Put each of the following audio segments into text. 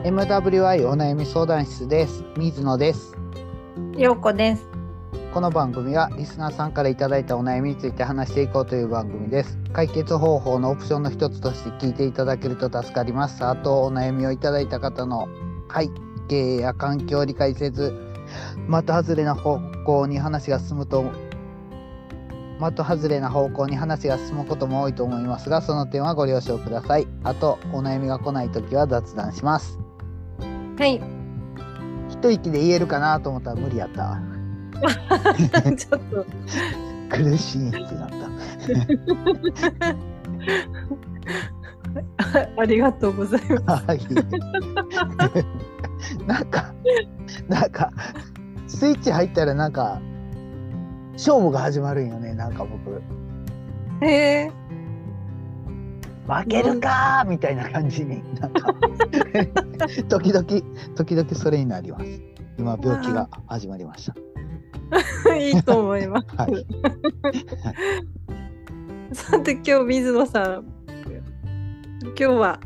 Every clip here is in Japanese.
MWI お悩み相談室です。水野です。 ようこです。 この番組はリスナーさんからいただいたお悩みについて話していこうという番組です。解決方法のオプションの一つとして聞いていただけると助かります。あとお悩みをいただいた方の背景や環境を理解せず的外れな方向に話が進むことも多いと思いますが、その点はご了承ください。あとお悩みが来ないときは雑談します。 はい。 一息で言えるかなと思ったら無理やったわ。 ちょっと苦しいってなった。 ありがとうございます。 はい。なんかスイッチ入ったら勝負が始まるんよね。僕へえ。 負けるかみたいな感じに時々それになります。今病気が始まりました。 いいと思います。 はい、 さて今日水野さん、今日は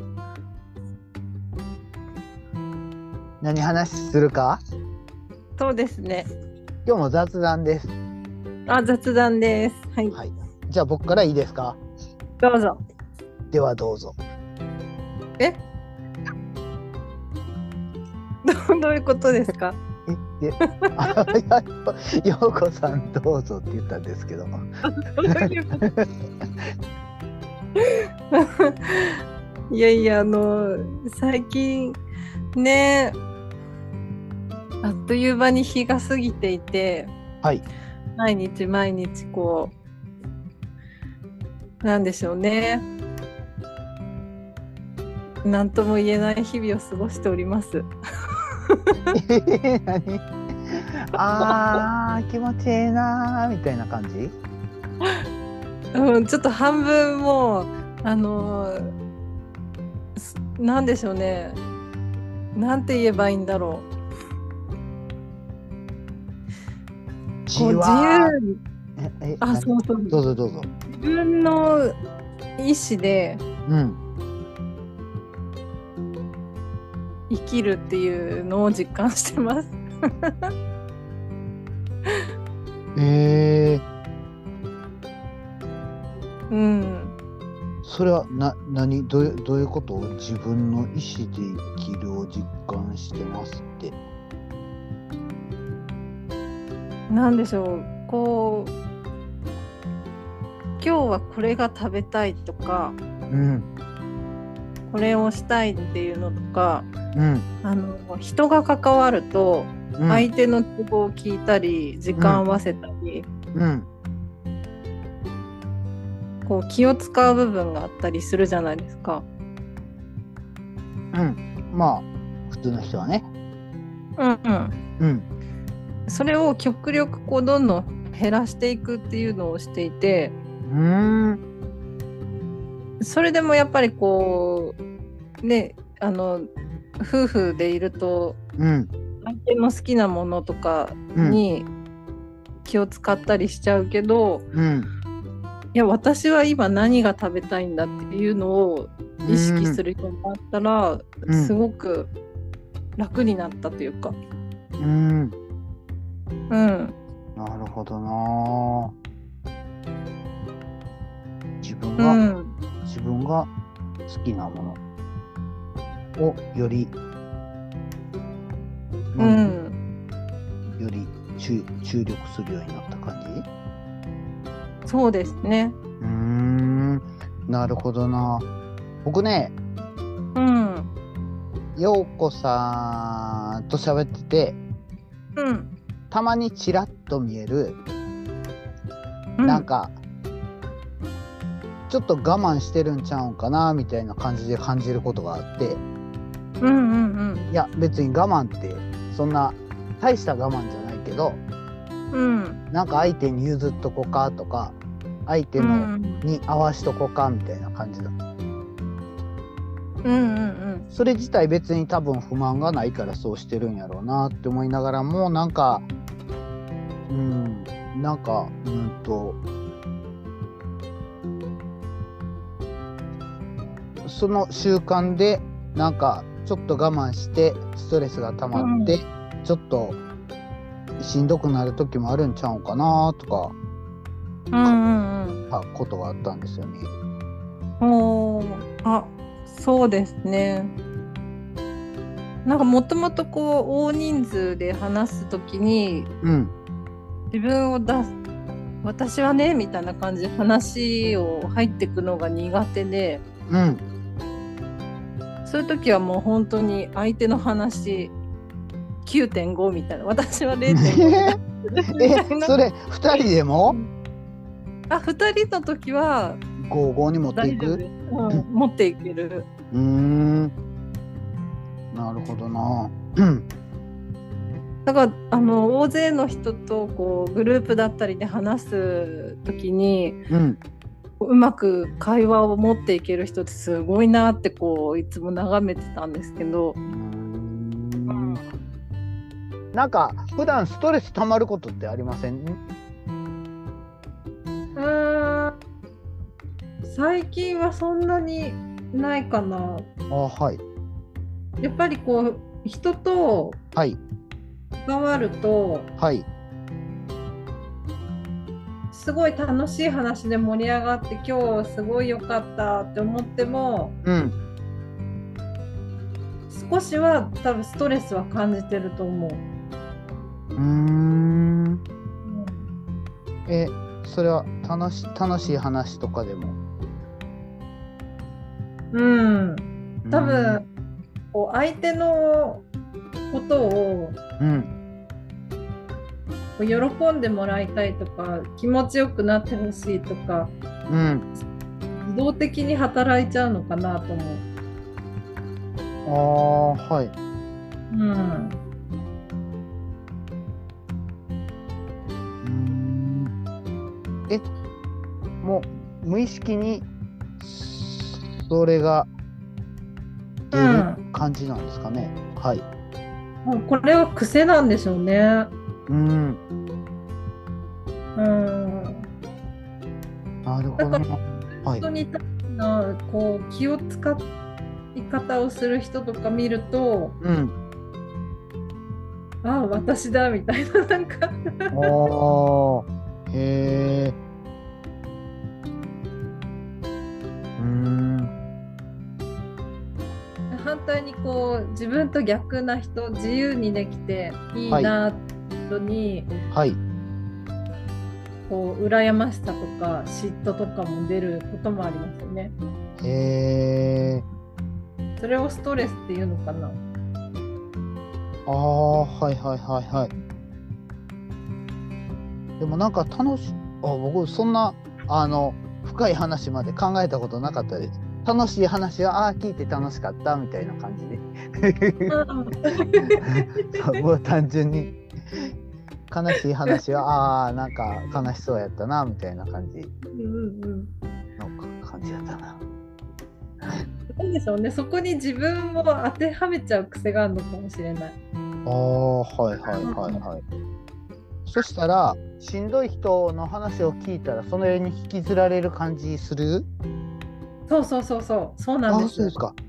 何話するか？ そうですね。 今日も雑談です。 雑談です。はい。 はい、じゃあ僕からいいですか？ どうぞ。 ではどうぞ。 どういうことですか？ ようこさんどうぞって言ったんですけどいやいや、最近ね、あっという間に日が過ぎていて、 はい、 毎日こうなんでしょうね、なんとも言えない日々を過ごしております。 何？気持ちいいなみたいな感じ？ ちょっと半分もなんでしょうね、なんて言えばいいんだろう。こう自由にそうどうぞ。 自分の意思で生きるっていうのを実感してます。 それはどういうこと？自分の意思で生きるを実感してますって。 なんでしょう、こう今日はこれが食べたいとか、これをしたいっていうのとか、人が関わると相手の都合を聞いたり、時間合わせたり、こう気を使う部分があったりするじゃないですか。 まあ普通の人はね。 それを極力こうどんどん減らしていくっていうのをしていて、それでもやっぱりこうね、夫婦でいると、相手の好きなものとかに気を使ったりしちゃうけど、いや私は今何が食べたいんだっていうのを意識するようになったら、すごく楽になったというか。 なるほどな。自分が好きなものをより注力するようになった感じ？そうですね。 なるほどな。僕ね、陽子さんと喋ってて、たまにちらっと見える、ちょっと我慢してるんちゃうんかなみたいな感じで感じることがあって、いや別に我慢ってそんな大した我慢じゃないけど、相手に譲っとこかとか、相手のに合わしとこかみたいな感じだ。それ自体別に多分不満がないからそうしてるんやろうなって思いながらも、その習慣でちょっと我慢してストレスが溜まって、ちょっとしんどくなる時もあるんちゃうかなとか、たことがあったんですよね。 そうですね。なんかもともとこう大人数で話すときに、自分を私はねみたいな感じで話を入ってくのが苦手で、そういう時はもう本当に相手の話 9.5 みたいな、私は 0.5 それ2人でも 2人の時は 5に持っていく、 持っていける。 なるほどな。 だから大勢の人とこうグループだったりで話す時に、うまく会話を持っていける人ってすごいなってこういつも眺めてたんですけど、 なんか普段ストレス溜まることってありません？ 最近はそんなにないかな。やっぱりこう人と関わると、すごい楽しい話で盛り上がって今日すごい良かったって思っても、少しは多分ストレスは感じてると思う。 それは楽しい話とかでも？ 多分こう相手のことを、喜んでもらいたいとか気持ちよくなってほしいとか、自動的に働いちゃうのかなと思う。 もう無意識にそれが出る感じなんですかね。 もうこれは癖なんでしょうね。 なるほど。 本当にこう気を使い方をする人とか見ると、私だみたいな、なんか反対にこう自分と逆な人、自由にできていいなって人に、こう羨ましさとか嫉妬とかも出ることもありますよね。それをストレスっていうのかな。 でもなんか僕そんな深い話まで考えたことなかったです。楽しい話は聞いて楽しかったみたいな感じでもう単純に悲しい話はなんか悲しそうやったなみたいな感じの感じだったな。 なんでしょうね、そこに自分も当てはめちゃう癖があるのかもしれない。 そしたらしんどい人の話を聞いたらそのように引きずられる感じする？ そうなんです。 そうですか。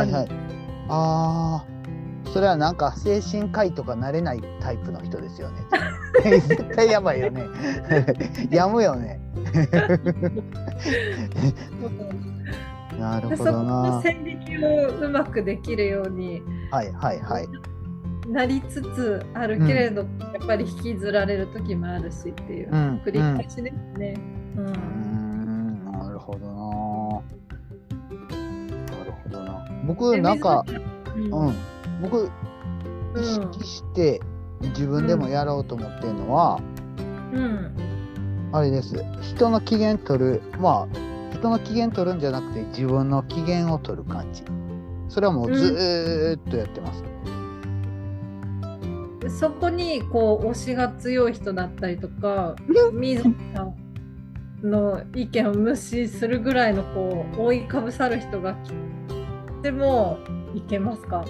それはなんか精神科医とかなれないタイプの人ですよね。絶対やばいよね。やむよね。なるほどな。 そこの線引きをうまくできるようになりつつあるけれど、やっぱり引きずられる時もあるしっていう繰り返しですね。 なるほどな。僕なんか僕意識して自分でもやろうと思ってるのは、あれです。人の機嫌取る人の機嫌取るんじゃなくて自分の機嫌を取る感じ。それはもうずーっとやってます。 そこにこう推しが強い人だったりとか、自らの意見を無視するぐらいのこう覆いかぶさる人が来てもいけますか？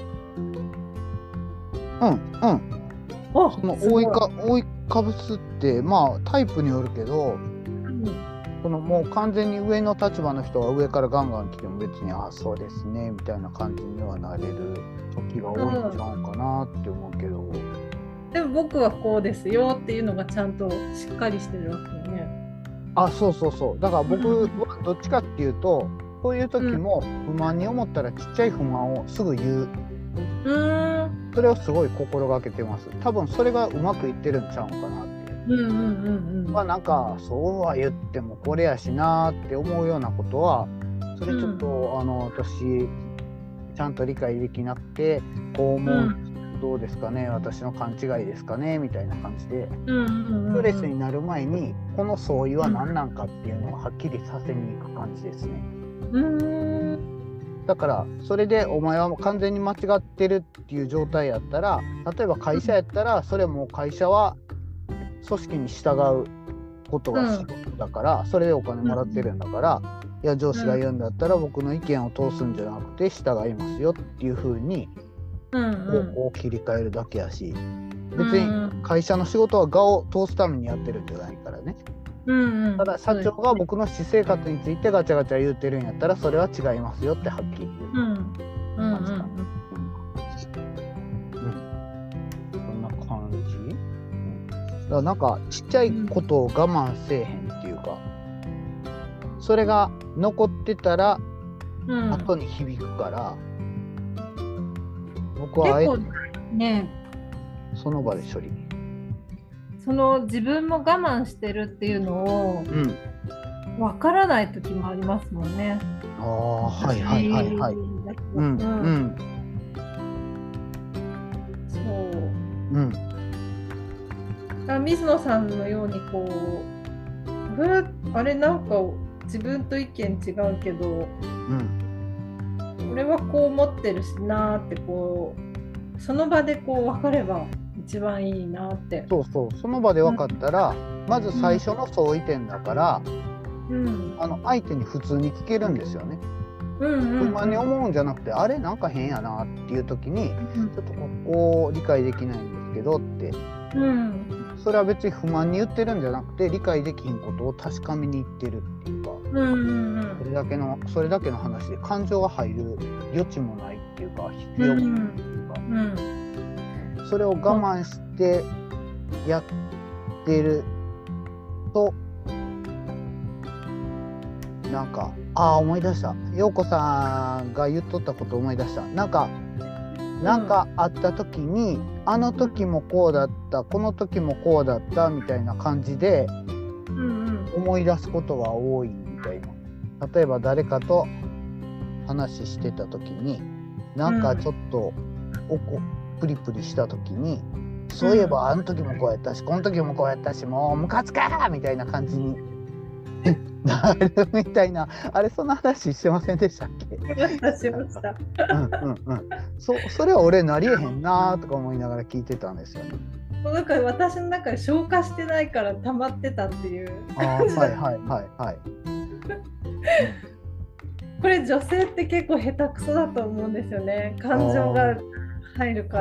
その覆いかぶすってタイプによるけど、 そのもう完全に上の立場の人が上からガンガン来ても別にそうですねみたいな感じにはなれる時が多いんちゃうかなって思うけど、 でも僕はこうですよっていうのがちゃんとしっかりしてるわけよね。 そうそうそう。だから僕はどっちかっていうと、そういう時も不満に思ったらちっちゃい不満をすぐ言う。それをすごい心がけてます。多分それがうまくいってるんちゃうかなって。なんかそうは言ってもこれやしなって思うようなことは、それちょっと、私ちゃんと理解できなくてこう思う、どうですかね、私の勘違いですかねみたいな感じで、ストレスになる前にこの相違は何なんかっていうのをはっきりさせに行く感じですね。だからそれでお前は完全に間違ってるっていう状態やったら、例えば会社やったらそれも会社は組織に従うことが仕事だから、それでお金もらってるんだから、いや上司が言うんだったら僕の意見を通すんじゃなくて従いますよっていう風に方向を切り替えるだけやし、別に会社の仕事は我を通すためにやってるんじゃないからね。ただ社長が僕の私生活についてガチャガチャ言うてるんやったらそれは違いますよってはっきり言う。そんな感じ。だからなんかちっちゃいことを我慢せえへんっていうか、それが残ってたら後に響くから、僕はあえてねその場で処理。 その自分も我慢してるっていうのを分からない時もありますもんね。 はいはいはいはい。 そう。水野さんのようにこう、あれなんか自分と意見違うけど、俺はこう思ってるしなってこうその場でこう分かれば一番いいなって。 その場で分かったら、まず最初の相違点だから、相手に普通に聞けるんですよね。不満に思うんじゃなくて、あれなんか変やなっていう時に、ちょっとここ理解できないんですけどって、それは別に不満に言ってるんじゃなくて理解できひんことを確かめに言ってるっていうか、それだけの話で感情が入る余地もないっていうか必要もないっていうか、それを我慢してやってると、なんか思い出した。陽子さんが言っとったことを思い出した。なんかあった時に、あの時もこうだった、この時もこうだったみたいな感じで思い出すことが多いみたいな。例えば誰かと話してた時に、なんかちょっとプリプリした時に、そういえばあの時もこうやったし、この時もこうやったし、もうムカつかみたいな感じになるみたいな、あれそんな話してませんでしたっけ？ しました。 それは俺なりえへんなとか思いながら聞いてたんですよね。 だから私の中で消化してないから溜まってたっていう。これ女性って結構下手くそだと思うんですよね。感情が入るから。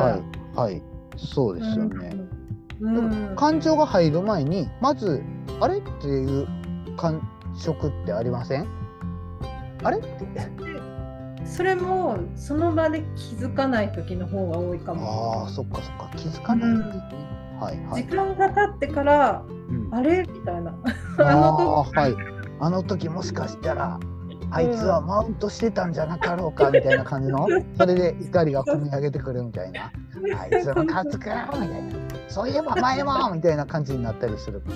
そうですよね。感情が入る前にまずあれっていう感触ってありません？あれってそれもその場で気づかない時の方が多いかも。 そっか気づかないんですね。 時間が経ってから、あれみたいなあの時もしかしたらあいつはマウントしてたんじゃなかろうかみたいな感じの、それで怒りが込み上げてくるみたいな、あいつのカツかみたいな、そういえば前もみたいな感じになったりすること。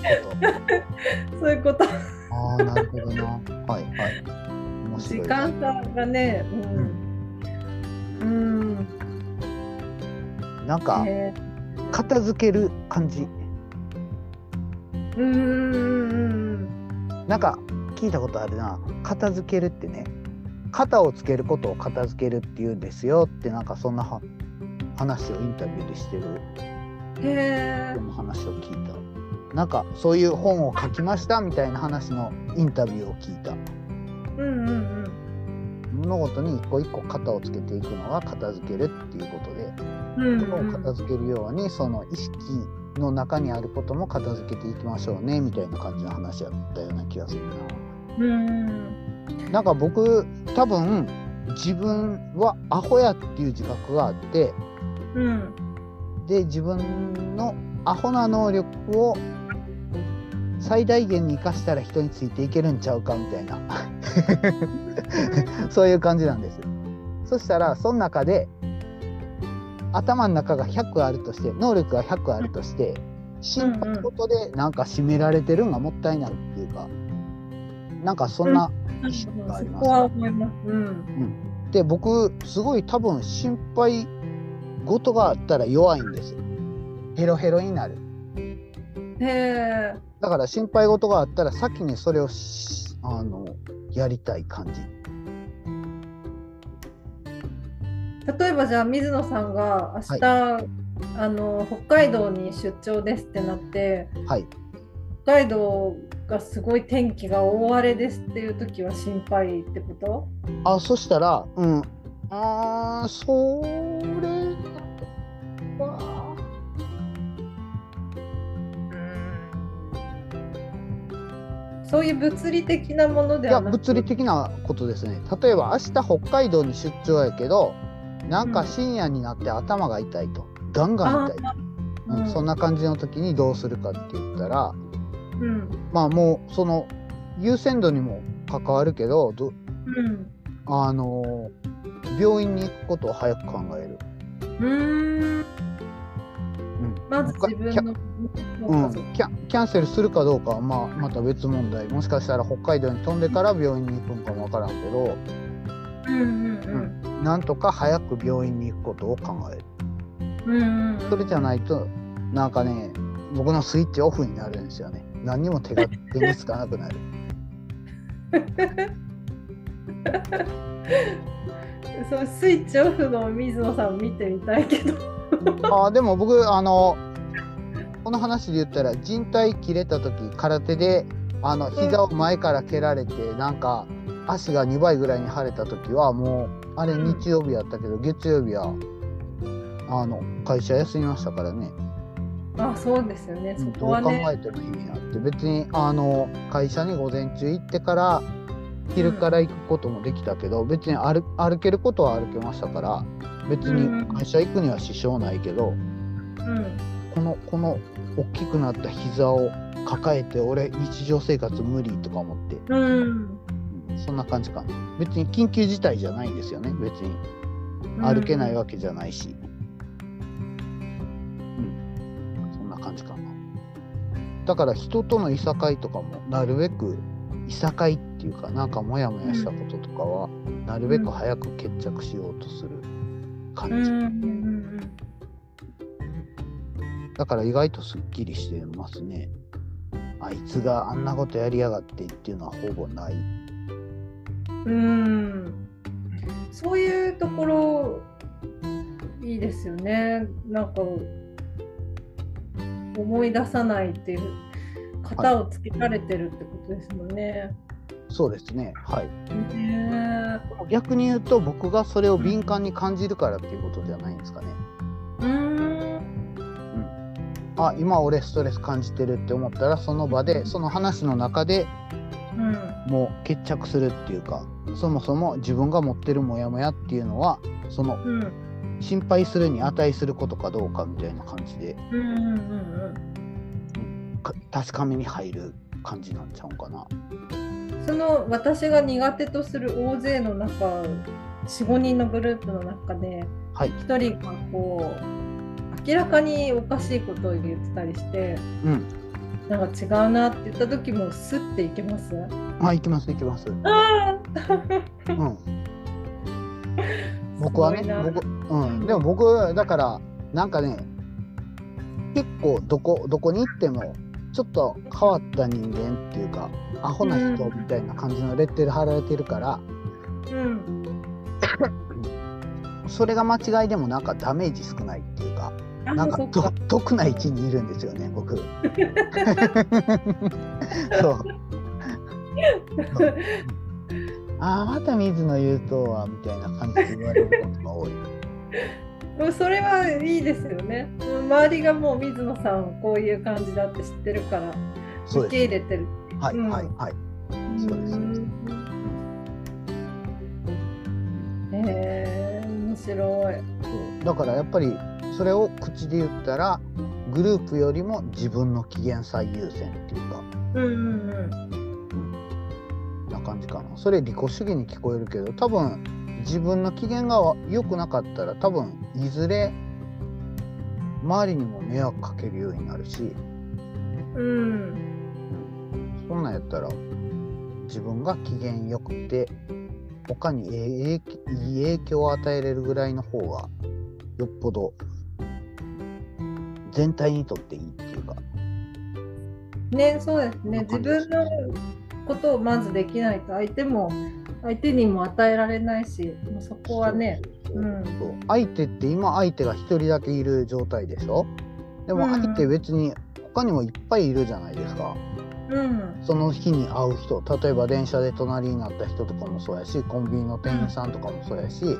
そういうこと。 なるほどな。面白い。 時間差がね、 なんか片付ける感じ。なんか聞いたことあるな。片付けるってね、肩をつけることを片付けるっていうんですよって、なんかそんな話をインタビューでしてる。その話を聞いた。なんかそういう本を書きましたみたいな話のインタビューを聞いた。物事に一個一個肩をつけていくのが片付けるっていうことで、物を片付けるようにその意識の中にあることも片付けていきましょうねみたいな感じの話やったような気がするな。なんか僕多分自分はアホやっていう自覚があって、で自分のアホな能力を最大限に生かしたら人についていけるんちゃうかみたいなそういう感じなんです。そしたらその中で頭の中が100あるとして、能力が100あるとして、心配事でなんか占められてるのがもったいないっていうか、なんかそんな意識があります。で僕すごい多分心配事があったら弱いんです。ヘロヘロになる。だから心配事があったら先にそれをやりたい感じ。 例えばじゃあ水野さんが明日、北海道に出張ですってなって、北海道がすごい天気が大荒れですっていう時は心配ってこと？ そしたらそれはそういう物理的なものではなく、 物理的なことですね。例えば明日北海道に出張やけど、なんか深夜になって頭が痛いと、ガンガン痛いと、そんな感じの時にどうするかって言ったら、まあもうその優先度にも関わるけど、病院に行くことを早く考える。 まず自分のキャンセルするかどうかはまた別問題。もしかしたら北海道に飛んでから病院に行くんかもわからんけど、なんとか早く病院に行くことを考える。それじゃないとなんかね、僕のスイッチオフになるんですよね。何にも手につかなくなる。 そうスイッチオフの水野さん見てみたいけどでも僕この話で言ったら、靭帯切れた時空手で膝を前から蹴られて、なんか足が2倍ぐらいに腫れた時はもうあれ日曜日やったけど、月曜日は会社休みましたからね。 そうですよね。そこはね、 どう考えても意味あって、別に会社に午前中行ってから昼から行くこともできたけど、別に歩けることは歩けましたから、別に会社行くには支障ないけど、この大きくなった膝を抱えて俺日常生活無理とか思って、そんな感じかな。別に緊急事態じゃないんですよね。別に歩けないわけじゃないし、そんな感じかな。だから人とのいさかいとかもなるべくいさかいっていうか、なんかモヤモヤしたこととかはなるべく早く決着しようとする感じ。だから意外とすっきりしてますね。あいつがあんなことやりやがってっていうのはほぼない。 そういうところいいですよね。なんか思い出さないっていう型をつけられてるってことですもんね。 そうですね。逆に言うと、僕がそれを敏感に感じるからっていうことではないんですかね。今俺ストレス感じてるって思ったら、その場でその話の中でもう決着するっていうか、そもそも自分が持ってるモヤモヤっていうのはその心配するに値することかどうかみたいな感じで確かめに入る感じなんちゃうかな。 その私が苦手とする大勢の中、 4,5 人のグループの中で1人がこう明らかにおかしいことを言ってたりして、なんか違うなって言った時もスッていけます？ いけます。僕はね、でも僕だからなんかね、結構どこに行ってもちょっと変わった人間っていうか、アホな人みたいな感じのレッテル貼られてるから、それが間違いでもなんかダメージ少ないっていうか、なんか得な位置にいるんですよね、僕。また水野言うとはみたいな感じで言われることが多い。 それはいいですよね。周りがもう水野さんこういう感じだって知ってるから受け入れてる。 はいはいはい。そうです。 面白い。 だからやっぱりそれを口で言ったらグループよりも自分の機嫌最優先っていうか、な感じかな。それ利己主義に聞こえるけど、多分自分の機嫌が良くなかったら多分いずれ周りにも迷惑かけるようになるし、そんなんやったら自分が機嫌よくて他にいい影響を与えれるぐらいの方がよっぽど全体にとっていいっていうかね。そうですね。自分のことをまずできないと相手にも与えられないし、そこはね、 相手って今相手が一人だけいる状態でしょ。でも相手別に他にもいっぱいいるじゃないですか。その日に会う人、例えば電車で隣になった人とかもそうやし、コンビニの店員さんとかもそうやし、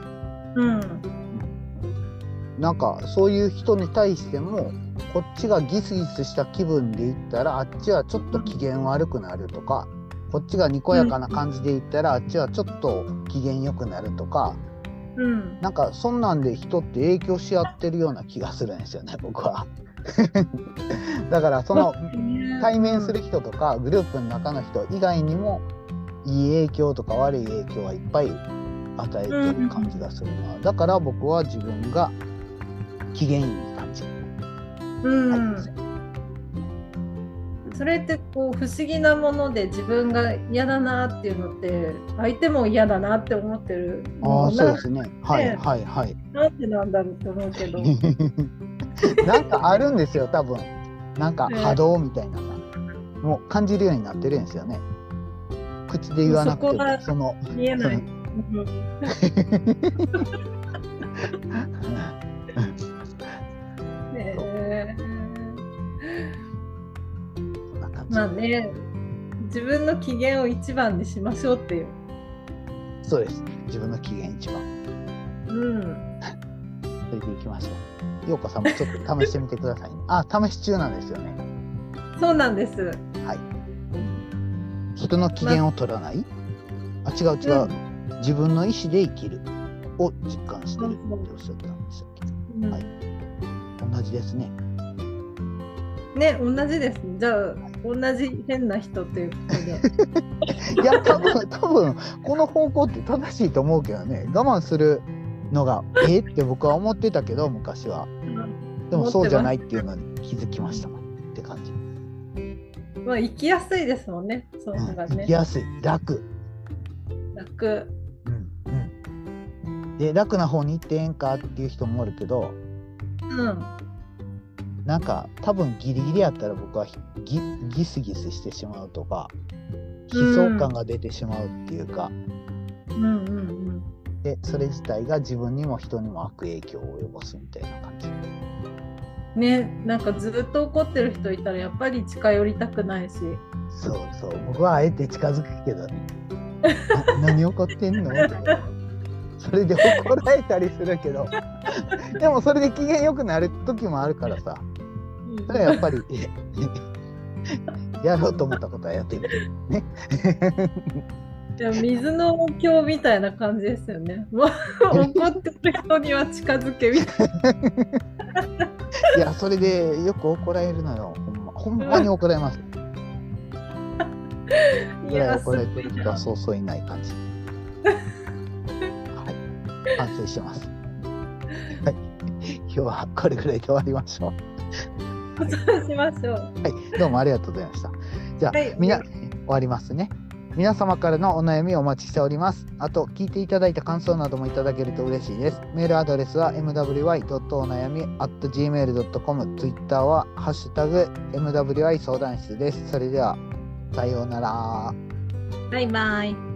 なんかそういう人に対してもこっちがギスギスした気分で行ったらあっちはちょっと機嫌悪くなるとか、こっちがにこやかな感じで行ったらあっちはちょっと機嫌良くなるとか、なんかそんなんで人って影響し合ってるような気がするんですよね、僕は。だからその対面する人とかグループの中の人以外にもいい影響とか悪い影響はいっぱい与えてる感じがするな。だから僕は自分が機嫌いい感じ。 それってこう不思議なもので、自分が嫌だなっていうのって相手も嫌だなって思ってる。 そうですね。はいはいはい。 なんでなんだろうって思うけど。 なんかあるんですよ、多分。なんか波動みたいなのがもう感じるようになってるんですよね。口で言わなくてもその見えない。まあね、自分の機嫌を一番にしましょうっていう。 そうです。自分の機嫌一番。それでいきましょう。陽子さんもちょっと試してみてくださいね。試し中なんですよね。 そうなんです。 はい。人の機嫌を取らない？違う。自分の意思で生きるを実感してるっておっしゃってたんですよ。はい。同じですね。 ね、同じですね。じゃあ、同じ変な人ということで。 いや、多分この方向って正しいと思うけどね。我慢するのがって僕は思ってたけど昔は。でもそうじゃないっていうのに気づきましたって感じ。 まあ生きやすいですもんね。そういうのがね。 生きやすい、楽。で楽な方に行ってええんかっていう人もおるけど。なんか多分ギリギリやったら僕はギスギスしてしまうとか悲壮感が出てしまうっていうか、でそれ自体が自分にも人にも悪影響を及ぼすみたいな感じね。なんかずっと怒ってる人いたらやっぱり近寄りたくないし。 そう僕はあえて近づくけどね。何怒ってんのそれで怒られたりするけどでもそれで機嫌良くなる時もあるからさ、それはやっぱりやろうと思ったことはやってみるね。 でも水の鏡みたいな感じですよね。怒ってる人には近づけみたいな。 いや、それでよく怒られるのよ。ほんまに怒られます。ぐらい怒られてる人はそうそういない感じ。はい、反省してます。はい、今日はこれぐらいで終わりましょう。 そうしましょう。 はい、どうもありがとうございました。じゃあ、終わりますね。皆様からのお悩みをお待ちしております。あと、聞いていただいた感想などもいただけると嬉しいです。メールアドレスは mwy.onayami@gmail.com、Twitter はハッシュタグ MWI 相談室です。それでは、さようなら。 バイバイ。